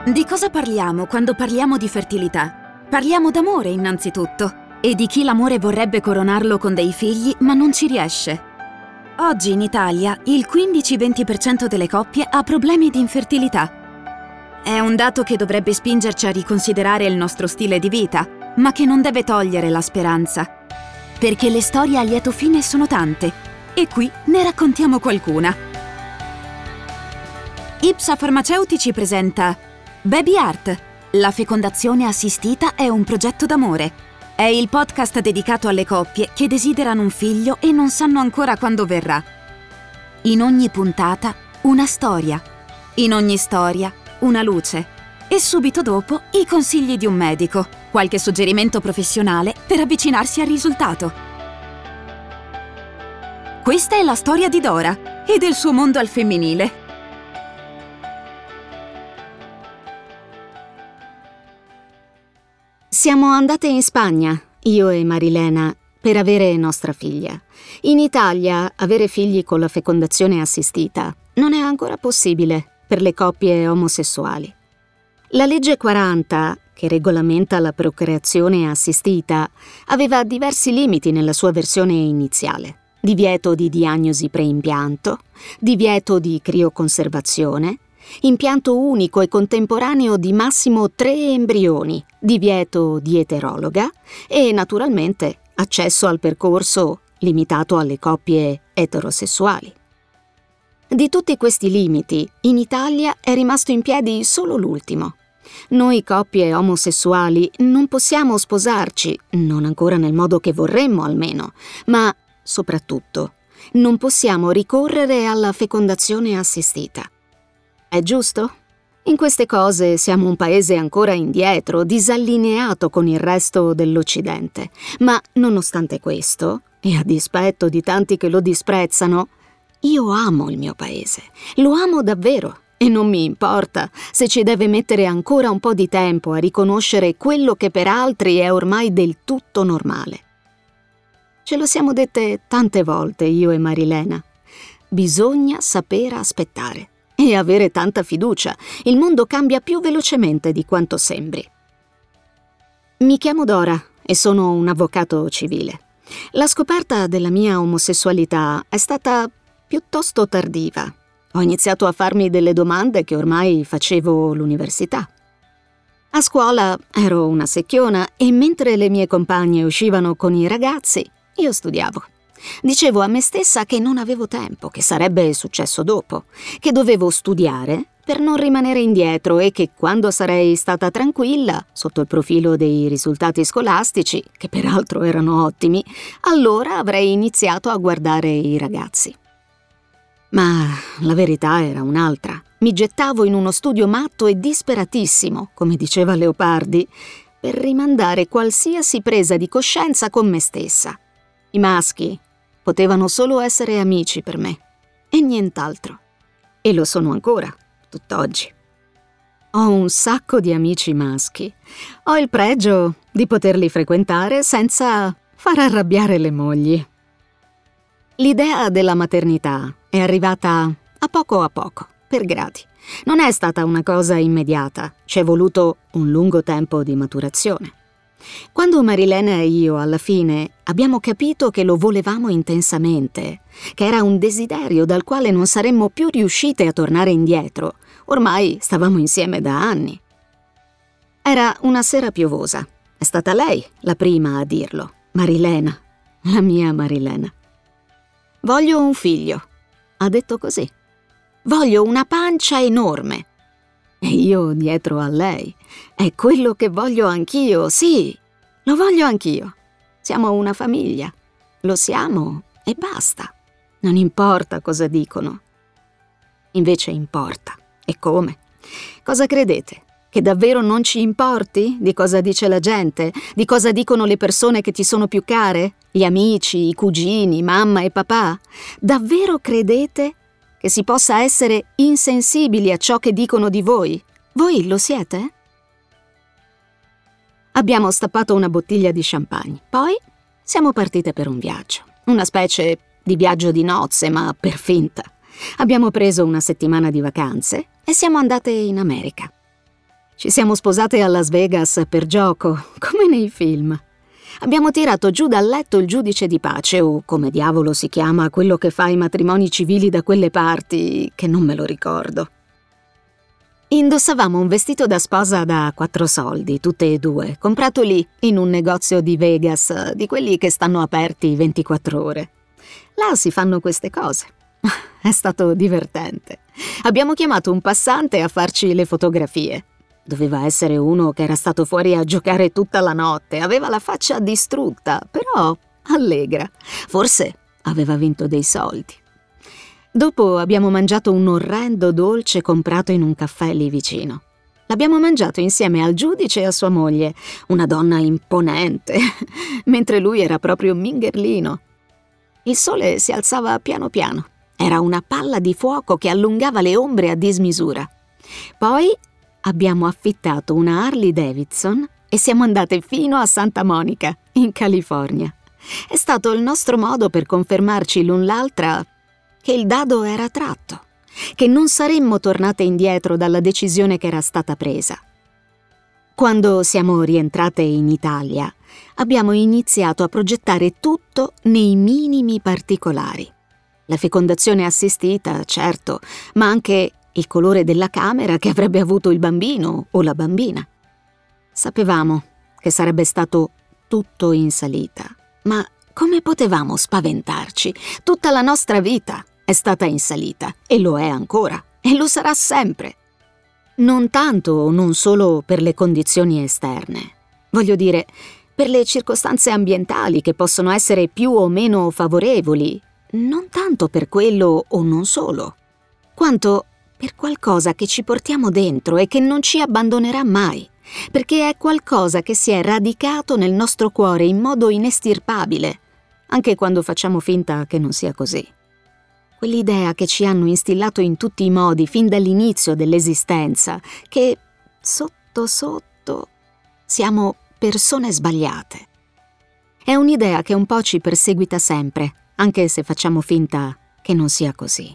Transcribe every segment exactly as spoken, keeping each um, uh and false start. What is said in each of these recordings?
Di cosa parliamo quando parliamo di fertilità? Parliamo d'amore innanzitutto e di chi l'amore vorrebbe coronarlo con dei figli ma non ci riesce. Oggi in Italia il quindici-venti per cento delle coppie ha problemi di infertilità. È un dato che dovrebbe spingerci a riconsiderare il nostro stile di vita, ma che non deve togliere la speranza. Perché le storie a lieto fine sono tante e qui ne raccontiamo qualcuna. Ipsa Farmaceutici presenta Baby Art. La fecondazione assistita è un progetto d'amore. È il podcast dedicato alle coppie che desiderano un figlio e non sanno ancora quando verrà. In ogni puntata una storia. In ogni storia una luce. E subito dopo i consigli di un medico, qualche suggerimento professionale per avvicinarsi al risultato. Questa è la storia di Dora e del suo mondo al femminile. Siamo andate in Spagna, io e Marilena, per avere nostra figlia. In Italia avere figli con la fecondazione assistita non è ancora possibile per le coppie omosessuali. La legge quaranta, che regolamenta la procreazione assistita, aveva diversi limiti nella sua versione iniziale. Divieto di diagnosi preimpianto, divieto di crioconservazione, impianto unico e contemporaneo di massimo tre embrioni, divieto di eterologa e, naturalmente, accesso al percorso limitato alle coppie eterosessuali. Di tutti questi limiti, in Italia è rimasto in piedi solo l'ultimo. Noi coppie omosessuali non possiamo sposarci, non ancora nel modo che vorremmo almeno, ma, soprattutto, non possiamo ricorrere alla fecondazione assistita. È giusto? In queste cose siamo un paese ancora indietro, disallineato con il resto dell'Occidente. Ma, nonostante questo, e a dispetto di tanti che lo disprezzano, io amo il mio paese. Lo amo davvero e non mi importa se ci deve mettere ancora un po' di tempo a riconoscere quello che per altri è ormai del tutto normale. Ce lo siamo dette tante volte io e Marilena. Bisogna saper aspettare. E avere tanta fiducia. Il mondo cambia più velocemente di quanto sembri. Mi chiamo Dora e sono un avvocato civile. La scoperta della mia omosessualità è stata piuttosto tardiva. Ho iniziato a farmi delle domande che ormai facevo all'università. A scuola ero una secchiona e mentre le mie compagne uscivano con i ragazzi, io studiavo. Dicevo a me stessa che non avevo tempo, che sarebbe successo dopo, che dovevo studiare per non rimanere indietro e che quando sarei stata tranquilla, sotto il profilo dei risultati scolastici, che peraltro erano ottimi, allora avrei iniziato a guardare i ragazzi. Ma la verità era un'altra. Mi gettavo in uno studio matto e disperatissimo, come diceva Leopardi, per rimandare qualsiasi presa di coscienza con me stessa. I maschi potevano solo essere amici per me e nient'altro. E lo sono ancora, tutt'oggi. Ho un sacco di amici maschi. Ho il pregio di poterli frequentare senza far arrabbiare le mogli. L'idea della maternità è arrivata a poco a poco, per gradi. Non è stata una cosa immediata, ci è voluto un lungo tempo di maturazione. Quando Marilena e io alla fine abbiamo capito che lo volevamo intensamente, che era un desiderio dal quale non saremmo più riuscite a tornare indietro, ormai stavamo insieme da anni. Era una sera piovosa. È stata lei la prima a dirlo, Marilena, la mia Marilena. Voglio un figlio, ha detto così. Voglio una pancia enorme. E io dietro a lei. È quello che voglio anch'io, sì, lo voglio anch'io. Siamo una famiglia. Lo siamo e basta. Non importa cosa dicono. Invece importa. E come? Cosa credete? Che davvero non ci importi di cosa dice la gente? Di cosa dicono le persone che ti sono più care? Gli amici, i cugini, mamma e papà? Davvero credete che si possa essere insensibili a ciò che dicono di voi? Voi lo siete? Abbiamo stappato una bottiglia di champagne. Poi siamo partite per un viaggio. Una specie di viaggio di nozze, ma per finta. Abbiamo preso una settimana di vacanze e siamo andate in America. Ci siamo sposate a Las Vegas per gioco, come nei film. Abbiamo tirato giù dal letto il giudice di pace, o come diavolo si chiama quello che fa i matrimoni civili da quelle parti, che non me lo ricordo. Indossavamo un vestito da sposa da quattro soldi, tutte e due, comprato lì, in un negozio di Vegas, di quelli che stanno aperti ventiquattro ore. Là si fanno queste cose. È stato divertente. Abbiamo chiamato un passante a farci le fotografie. Doveva essere uno che era stato fuori a giocare tutta la notte, aveva la faccia distrutta, però allegra. Forse aveva vinto dei soldi. Dopo abbiamo mangiato un orrendo dolce comprato in un caffè lì vicino. L'abbiamo mangiato insieme al giudice e a sua moglie, una donna imponente, mentre lui era proprio mingherlino. Il sole si alzava piano piano. Era una palla di fuoco che allungava le ombre a dismisura. Poi abbiamo affittato una Harley Davidson e siamo andate fino a Santa Monica, in California. È stato il nostro modo per confermarci l'un l'altra che il dado era tratto, che non saremmo tornate indietro dalla decisione che era stata presa. Quando siamo rientrate in Italia, abbiamo iniziato a progettare tutto nei minimi particolari. La fecondazione assistita, certo, ma anche il colore della camera che avrebbe avuto il bambino o la bambina. Sapevamo che sarebbe stato tutto in salita, ma come potevamo spaventarci? Tutta la nostra vita è stata in salita e lo è ancora e lo sarà sempre. Non tanto o non solo per le condizioni esterne. Voglio dire, per le circostanze ambientali che possono essere più o meno favorevoli, non tanto per quello o non solo, quanto per qualcosa che ci portiamo dentro e che non ci abbandonerà mai, perché è qualcosa che si è radicato nel nostro cuore in modo inestirpabile, anche quando facciamo finta che non sia così. Quell'idea che ci hanno instillato in tutti i modi fin dall'inizio dell'esistenza, che sotto sotto siamo persone sbagliate. È un'idea che un po' ci perseguita sempre, anche se facciamo finta che non sia così.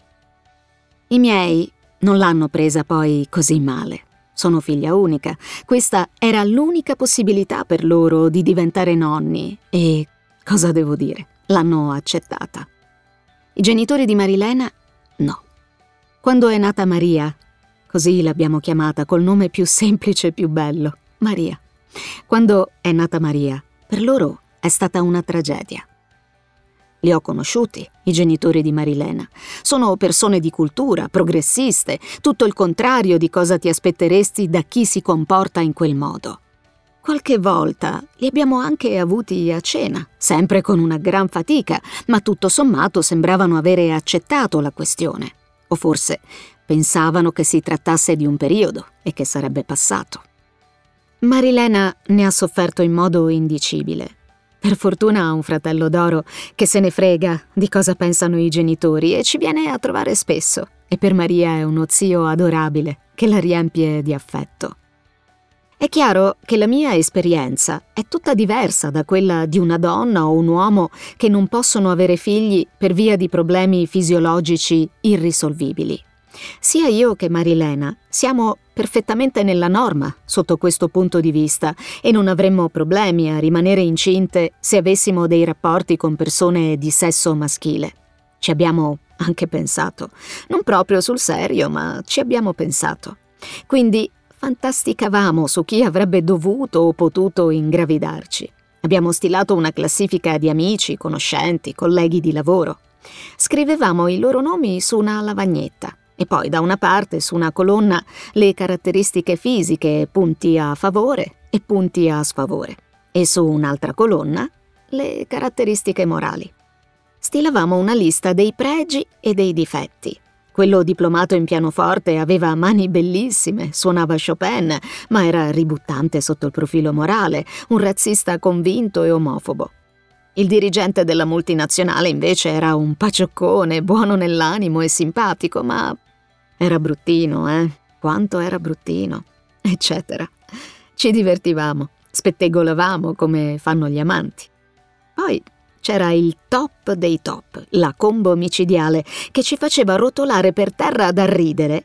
I miei non l'hanno presa poi così male. Sono figlia unica. Questa era l'unica possibilità per loro di diventare nonni e, cosa devo dire, l'hanno accettata. I genitori di Marilena, no. Quando è nata Maria, così l'abbiamo chiamata col nome più semplice e più bello, Maria. Quando è nata Maria, per loro è stata una tragedia. Li ho conosciuti, i genitori di Marilena. Sono persone di cultura, progressiste, tutto il contrario di cosa ti aspetteresti da chi si comporta in quel modo. Qualche volta li abbiamo anche avuti a cena, sempre con una gran fatica, ma tutto sommato sembravano avere accettato la questione. O forse pensavano che si trattasse di un periodo e che sarebbe passato. Marilena ne ha sofferto in modo indicibile. Per fortuna ha un fratello d'oro che se ne frega di cosa pensano i genitori e ci viene a trovare spesso. E per Maria è uno zio adorabile che la riempie di affetto. È chiaro che la mia esperienza è tutta diversa da quella di una donna o un uomo che non possono avere figli per via di problemi fisiologici irrisolvibili. Sia io che Marilena siamo perfettamente nella norma sotto questo punto di vista e non avremmo problemi a rimanere incinte se avessimo dei rapporti con persone di sesso maschile. Ci abbiamo anche pensato, non proprio sul serio, ma ci abbiamo pensato. Quindi fantasticavamo su chi avrebbe dovuto o potuto ingravidarci. Abbiamo stilato una classifica di amici, conoscenti, colleghi di lavoro. Scrivevamo i loro nomi su una lavagnetta e poi da una parte su una colonna le caratteristiche fisiche, punti a favore e punti a sfavore, e su un'altra colonna le caratteristiche morali. Stilavamo una lista dei pregi e dei difetti. Quello diplomato in pianoforte aveva mani bellissime, suonava Chopin, ma era ributtante sotto il profilo morale, un razzista convinto e omofobo. Il dirigente della multinazionale invece era un pacioccone, buono nell'animo e simpatico, ma era bruttino, eh? Quanto era bruttino, eccetera. Ci divertivamo, spettegolavamo come fanno gli amanti. Poi c'era il top dei top, la combo micidiale, che ci faceva rotolare per terra da ridere,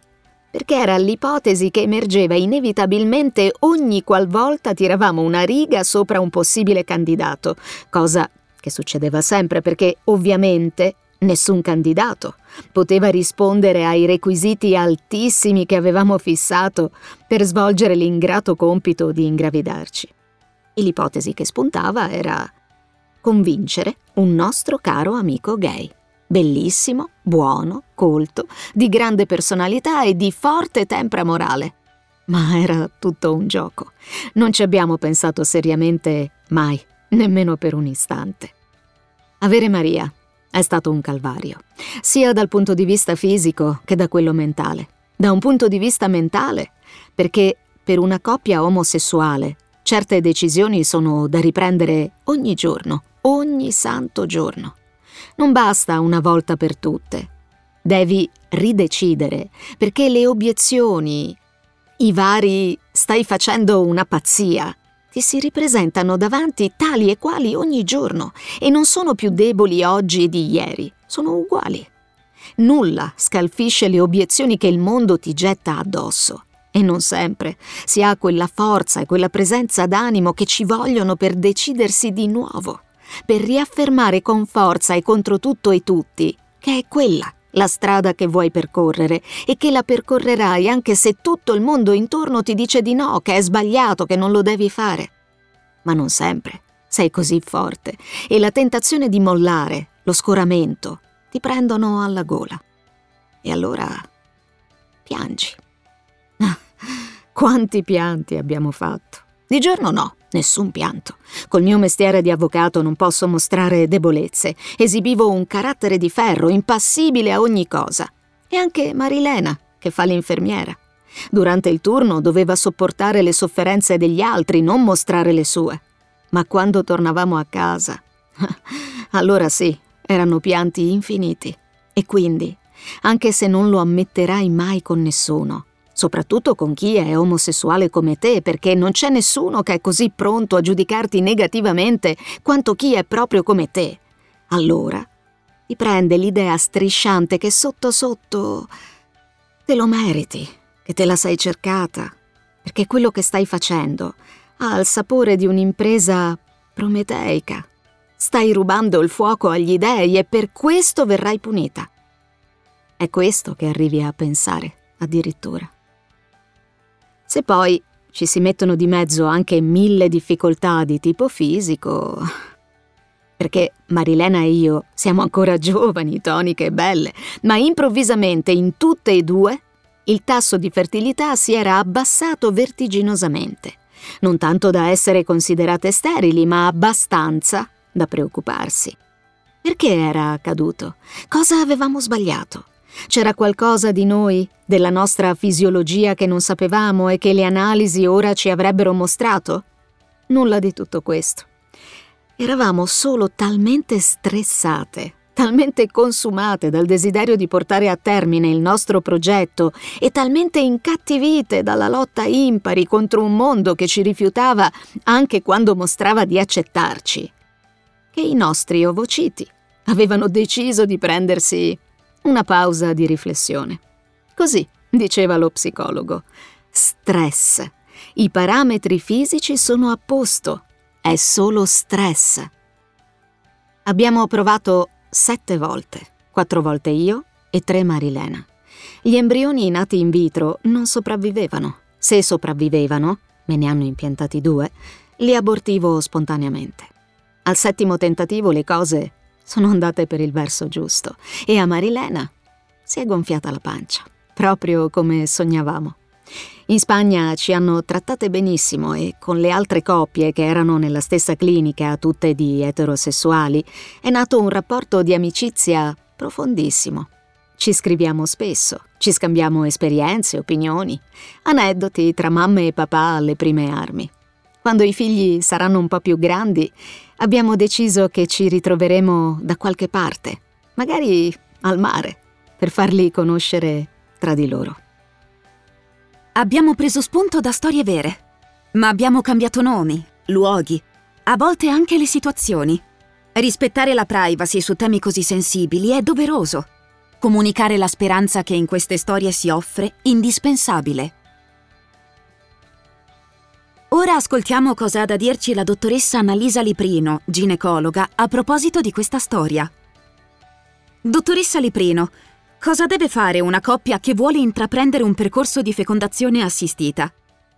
perché era l'ipotesi che emergeva inevitabilmente ogni qualvolta tiravamo una riga sopra un possibile candidato, cosa che succedeva sempre perché ovviamente nessun candidato poteva rispondere ai requisiti altissimi che avevamo fissato per svolgere l'ingrato compito di ingravidarci. E l'ipotesi che spuntava era convincere un nostro caro amico gay, bellissimo, buono, colto, di grande personalità e di forte tempra morale. Ma era tutto un gioco. Non ci abbiamo pensato seriamente mai, nemmeno per un istante. Avere Maria è stato un calvario, sia dal punto di vista fisico che da quello mentale. Da un punto di vista mentale, perché per una coppia omosessuale certe decisioni sono da riprendere ogni giorno, ogni santo giorno. Non basta una volta per tutte. Devi ridecidere, perché le obiezioni, i vari "stai facendo una pazzia", ti si ripresentano davanti tali e quali ogni giorno e non sono più deboli oggi e di ieri, sono uguali. Nulla scalfisce le obiezioni che il mondo ti getta addosso e non sempre si ha quella forza e quella presenza d'animo che ci vogliono per decidersi di nuovo, per riaffermare con forza e contro tutto e tutti che è quella la strada che vuoi percorrere e che la percorrerai anche se tutto il mondo intorno ti dice di no, che è sbagliato, che non lo devi fare. Ma non sempre sei così forte e la tentazione di mollare, lo scoramento, ti prendono alla gola. E allora piangi. Ah, quanti pianti abbiamo fatto. Di giorno no, nessun pianto. Col mio mestiere di avvocato non posso mostrare debolezze. Esibivo un carattere di ferro, impassibile a ogni cosa. E anche Marilena, che fa l'infermiera. Durante il turno doveva sopportare le sofferenze degli altri, non mostrare le sue. Ma quando tornavamo a casa, allora sì, erano pianti infiniti. E quindi, anche se non lo ammetterai mai con nessuno, soprattutto con chi è omosessuale come te, perché non c'è nessuno che è così pronto a giudicarti negativamente quanto chi è proprio come te, allora ti prende l'idea strisciante che sotto sotto te lo meriti, che te la sei cercata, perché quello che stai facendo ha il sapore di un'impresa prometeica. Stai rubando il fuoco agli dèi e per questo verrai punita. È questo che arrivi a pensare, addirittura. Se poi ci si mettono di mezzo anche mille difficoltà di tipo fisico, perché Marilena e io siamo ancora giovani, toniche e belle, ma improvvisamente in tutte e due il tasso di fertilità si era abbassato vertiginosamente, non tanto da essere considerate sterili, ma abbastanza da preoccuparsi. Perché era accaduto? Cosa avevamo sbagliato? C'era qualcosa di noi, della nostra fisiologia che non sapevamo e che le analisi ora ci avrebbero mostrato? Nulla di tutto questo. Eravamo solo talmente stressate, talmente consumate dal desiderio di portare a termine il nostro progetto e talmente incattivite dalla lotta impari contro un mondo che ci rifiutava anche quando mostrava di accettarci, che i nostri ovociti avevano deciso di prendersi una pausa di riflessione. Così diceva lo psicologo. Stress. I parametri fisici sono a posto. È solo stress. Abbiamo provato sette volte, quattro volte io e tre Marilena. Gli embrioni nati in vitro non sopravvivevano. Se sopravvivevano, me ne hanno impiantati due, li abortivo spontaneamente. Al settimo tentativo le cose sono andate per il verso giusto e a Marilena si è gonfiata la pancia, proprio come sognavamo. In Spagna ci hanno trattate benissimo e con le altre coppie che erano nella stessa clinica, tutte di eterosessuali, è nato un rapporto di amicizia profondissimo. Ci scriviamo spesso, ci scambiamo esperienze, opinioni, aneddoti tra mamme e papà alle prime armi. Quando i figli saranno un po' più grandi, abbiamo deciso che ci ritroveremo da qualche parte, magari al mare, per farli conoscere tra di loro. Abbiamo preso spunto da storie vere, ma abbiamo cambiato nomi, luoghi, a volte anche le situazioni. Rispettare la privacy su temi così sensibili è doveroso. Comunicare la speranza che in queste storie si offre, indispensabile. Ora ascoltiamo cosa ha da dirci la dottoressa Annalisa Liprino, ginecologa, a proposito di questa storia. Dottoressa Liprino, cosa deve fare una coppia che vuole intraprendere un percorso di fecondazione assistita?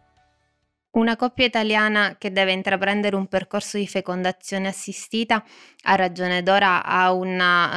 Una coppia italiana che deve intraprendere un percorso di fecondazione assistita, ha ragione Dora, ha un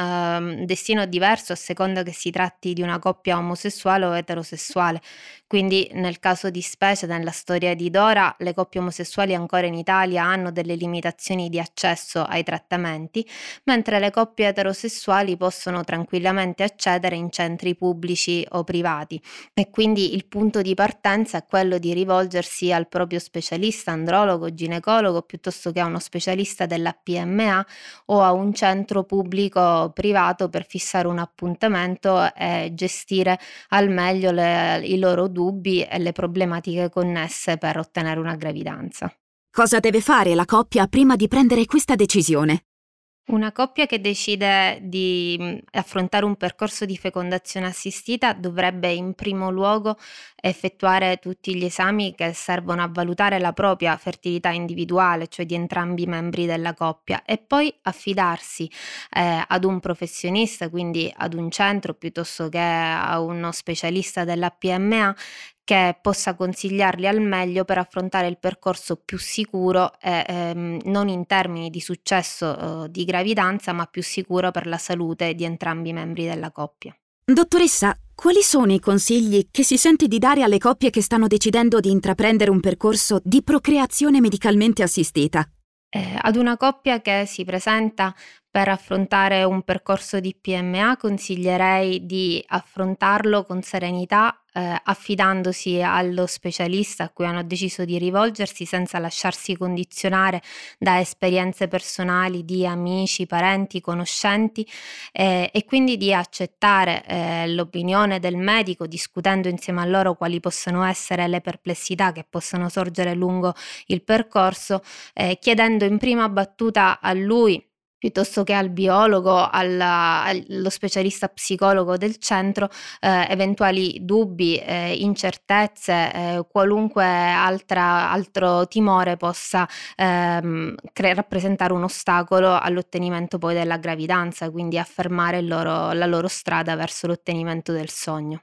uh, destino diverso a seconda che si tratti di una coppia omosessuale o eterosessuale. Quindi nel caso di specie, nella storia di Dora, le coppie omosessuali ancora in Italia hanno delle limitazioni di accesso ai trattamenti, mentre le coppie eterosessuali possono tranquillamente accedere in centri pubblici o privati. E quindi il punto di partenza è quello di rivolgersi al proprio specialista, andrologo, ginecologo, piuttosto che a uno specialista della P M A o a un centro pubblico privato per fissare un appuntamento e gestire al meglio le, i loro dubbi e le problematiche connesse per ottenere una gravidanza. Cosa deve fare la coppia prima di prendere questa decisione? Una coppia che decide di affrontare un percorso di fecondazione assistita dovrebbe in primo luogo effettuare tutti gli esami che servono a valutare la propria fertilità individuale, cioè di entrambi i membri della coppia, e poi affidarsi eh, ad un professionista, quindi ad un centro piuttosto che a uno specialista della P M A, che possa consigliarli al meglio per affrontare il percorso più sicuro e ehm, non in termini di successo eh, di gravidanza, ma più sicuro per la salute di entrambi i membri della coppia. Dottoressa, quali sono i consigli che si sente di dare alle coppie che stanno decidendo di intraprendere un percorso di procreazione medicalmente assistita? Eh, ad una coppia che si presenta per affrontare un percorso di P M A consiglierei di affrontarlo con serenità, eh, affidandosi allo specialista a cui hanno deciso di rivolgersi senza lasciarsi condizionare da esperienze personali di amici, parenti, conoscenti eh, e quindi di accettare eh, l'opinione del medico, discutendo insieme a loro quali possano essere le perplessità che possono sorgere lungo il percorso, eh, chiedendo in prima battuta a lui, piuttosto che al biologo, alla, allo specialista psicologo del centro, eh, eventuali dubbi, eh, incertezze, eh, qualunque altra, altro timore possa ehm, cre- rappresentare un ostacolo all'ottenimento poi della gravidanza, quindi affermare il loro, la loro strada verso l'ottenimento del sogno.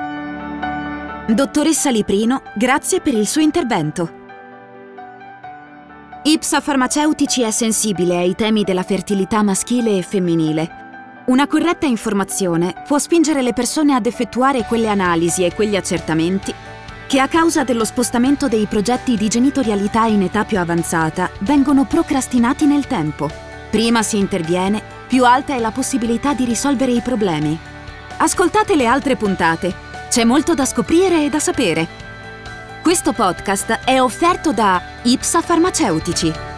Dottoressa Liprino, grazie per il suo intervento. Ipsa Farmaceutici è sensibile ai temi della fertilità maschile e femminile. Una corretta informazione può spingere le persone ad effettuare quelle analisi e quegli accertamenti che, a causa dello spostamento dei progetti di genitorialità in età più avanzata, vengono procrastinati nel tempo. Prima si interviene, più alta è la possibilità di risolvere i problemi. Ascoltate le altre puntate. C'è molto da scoprire e da sapere. Questo podcast è offerto da Ipsa Farmaceutici.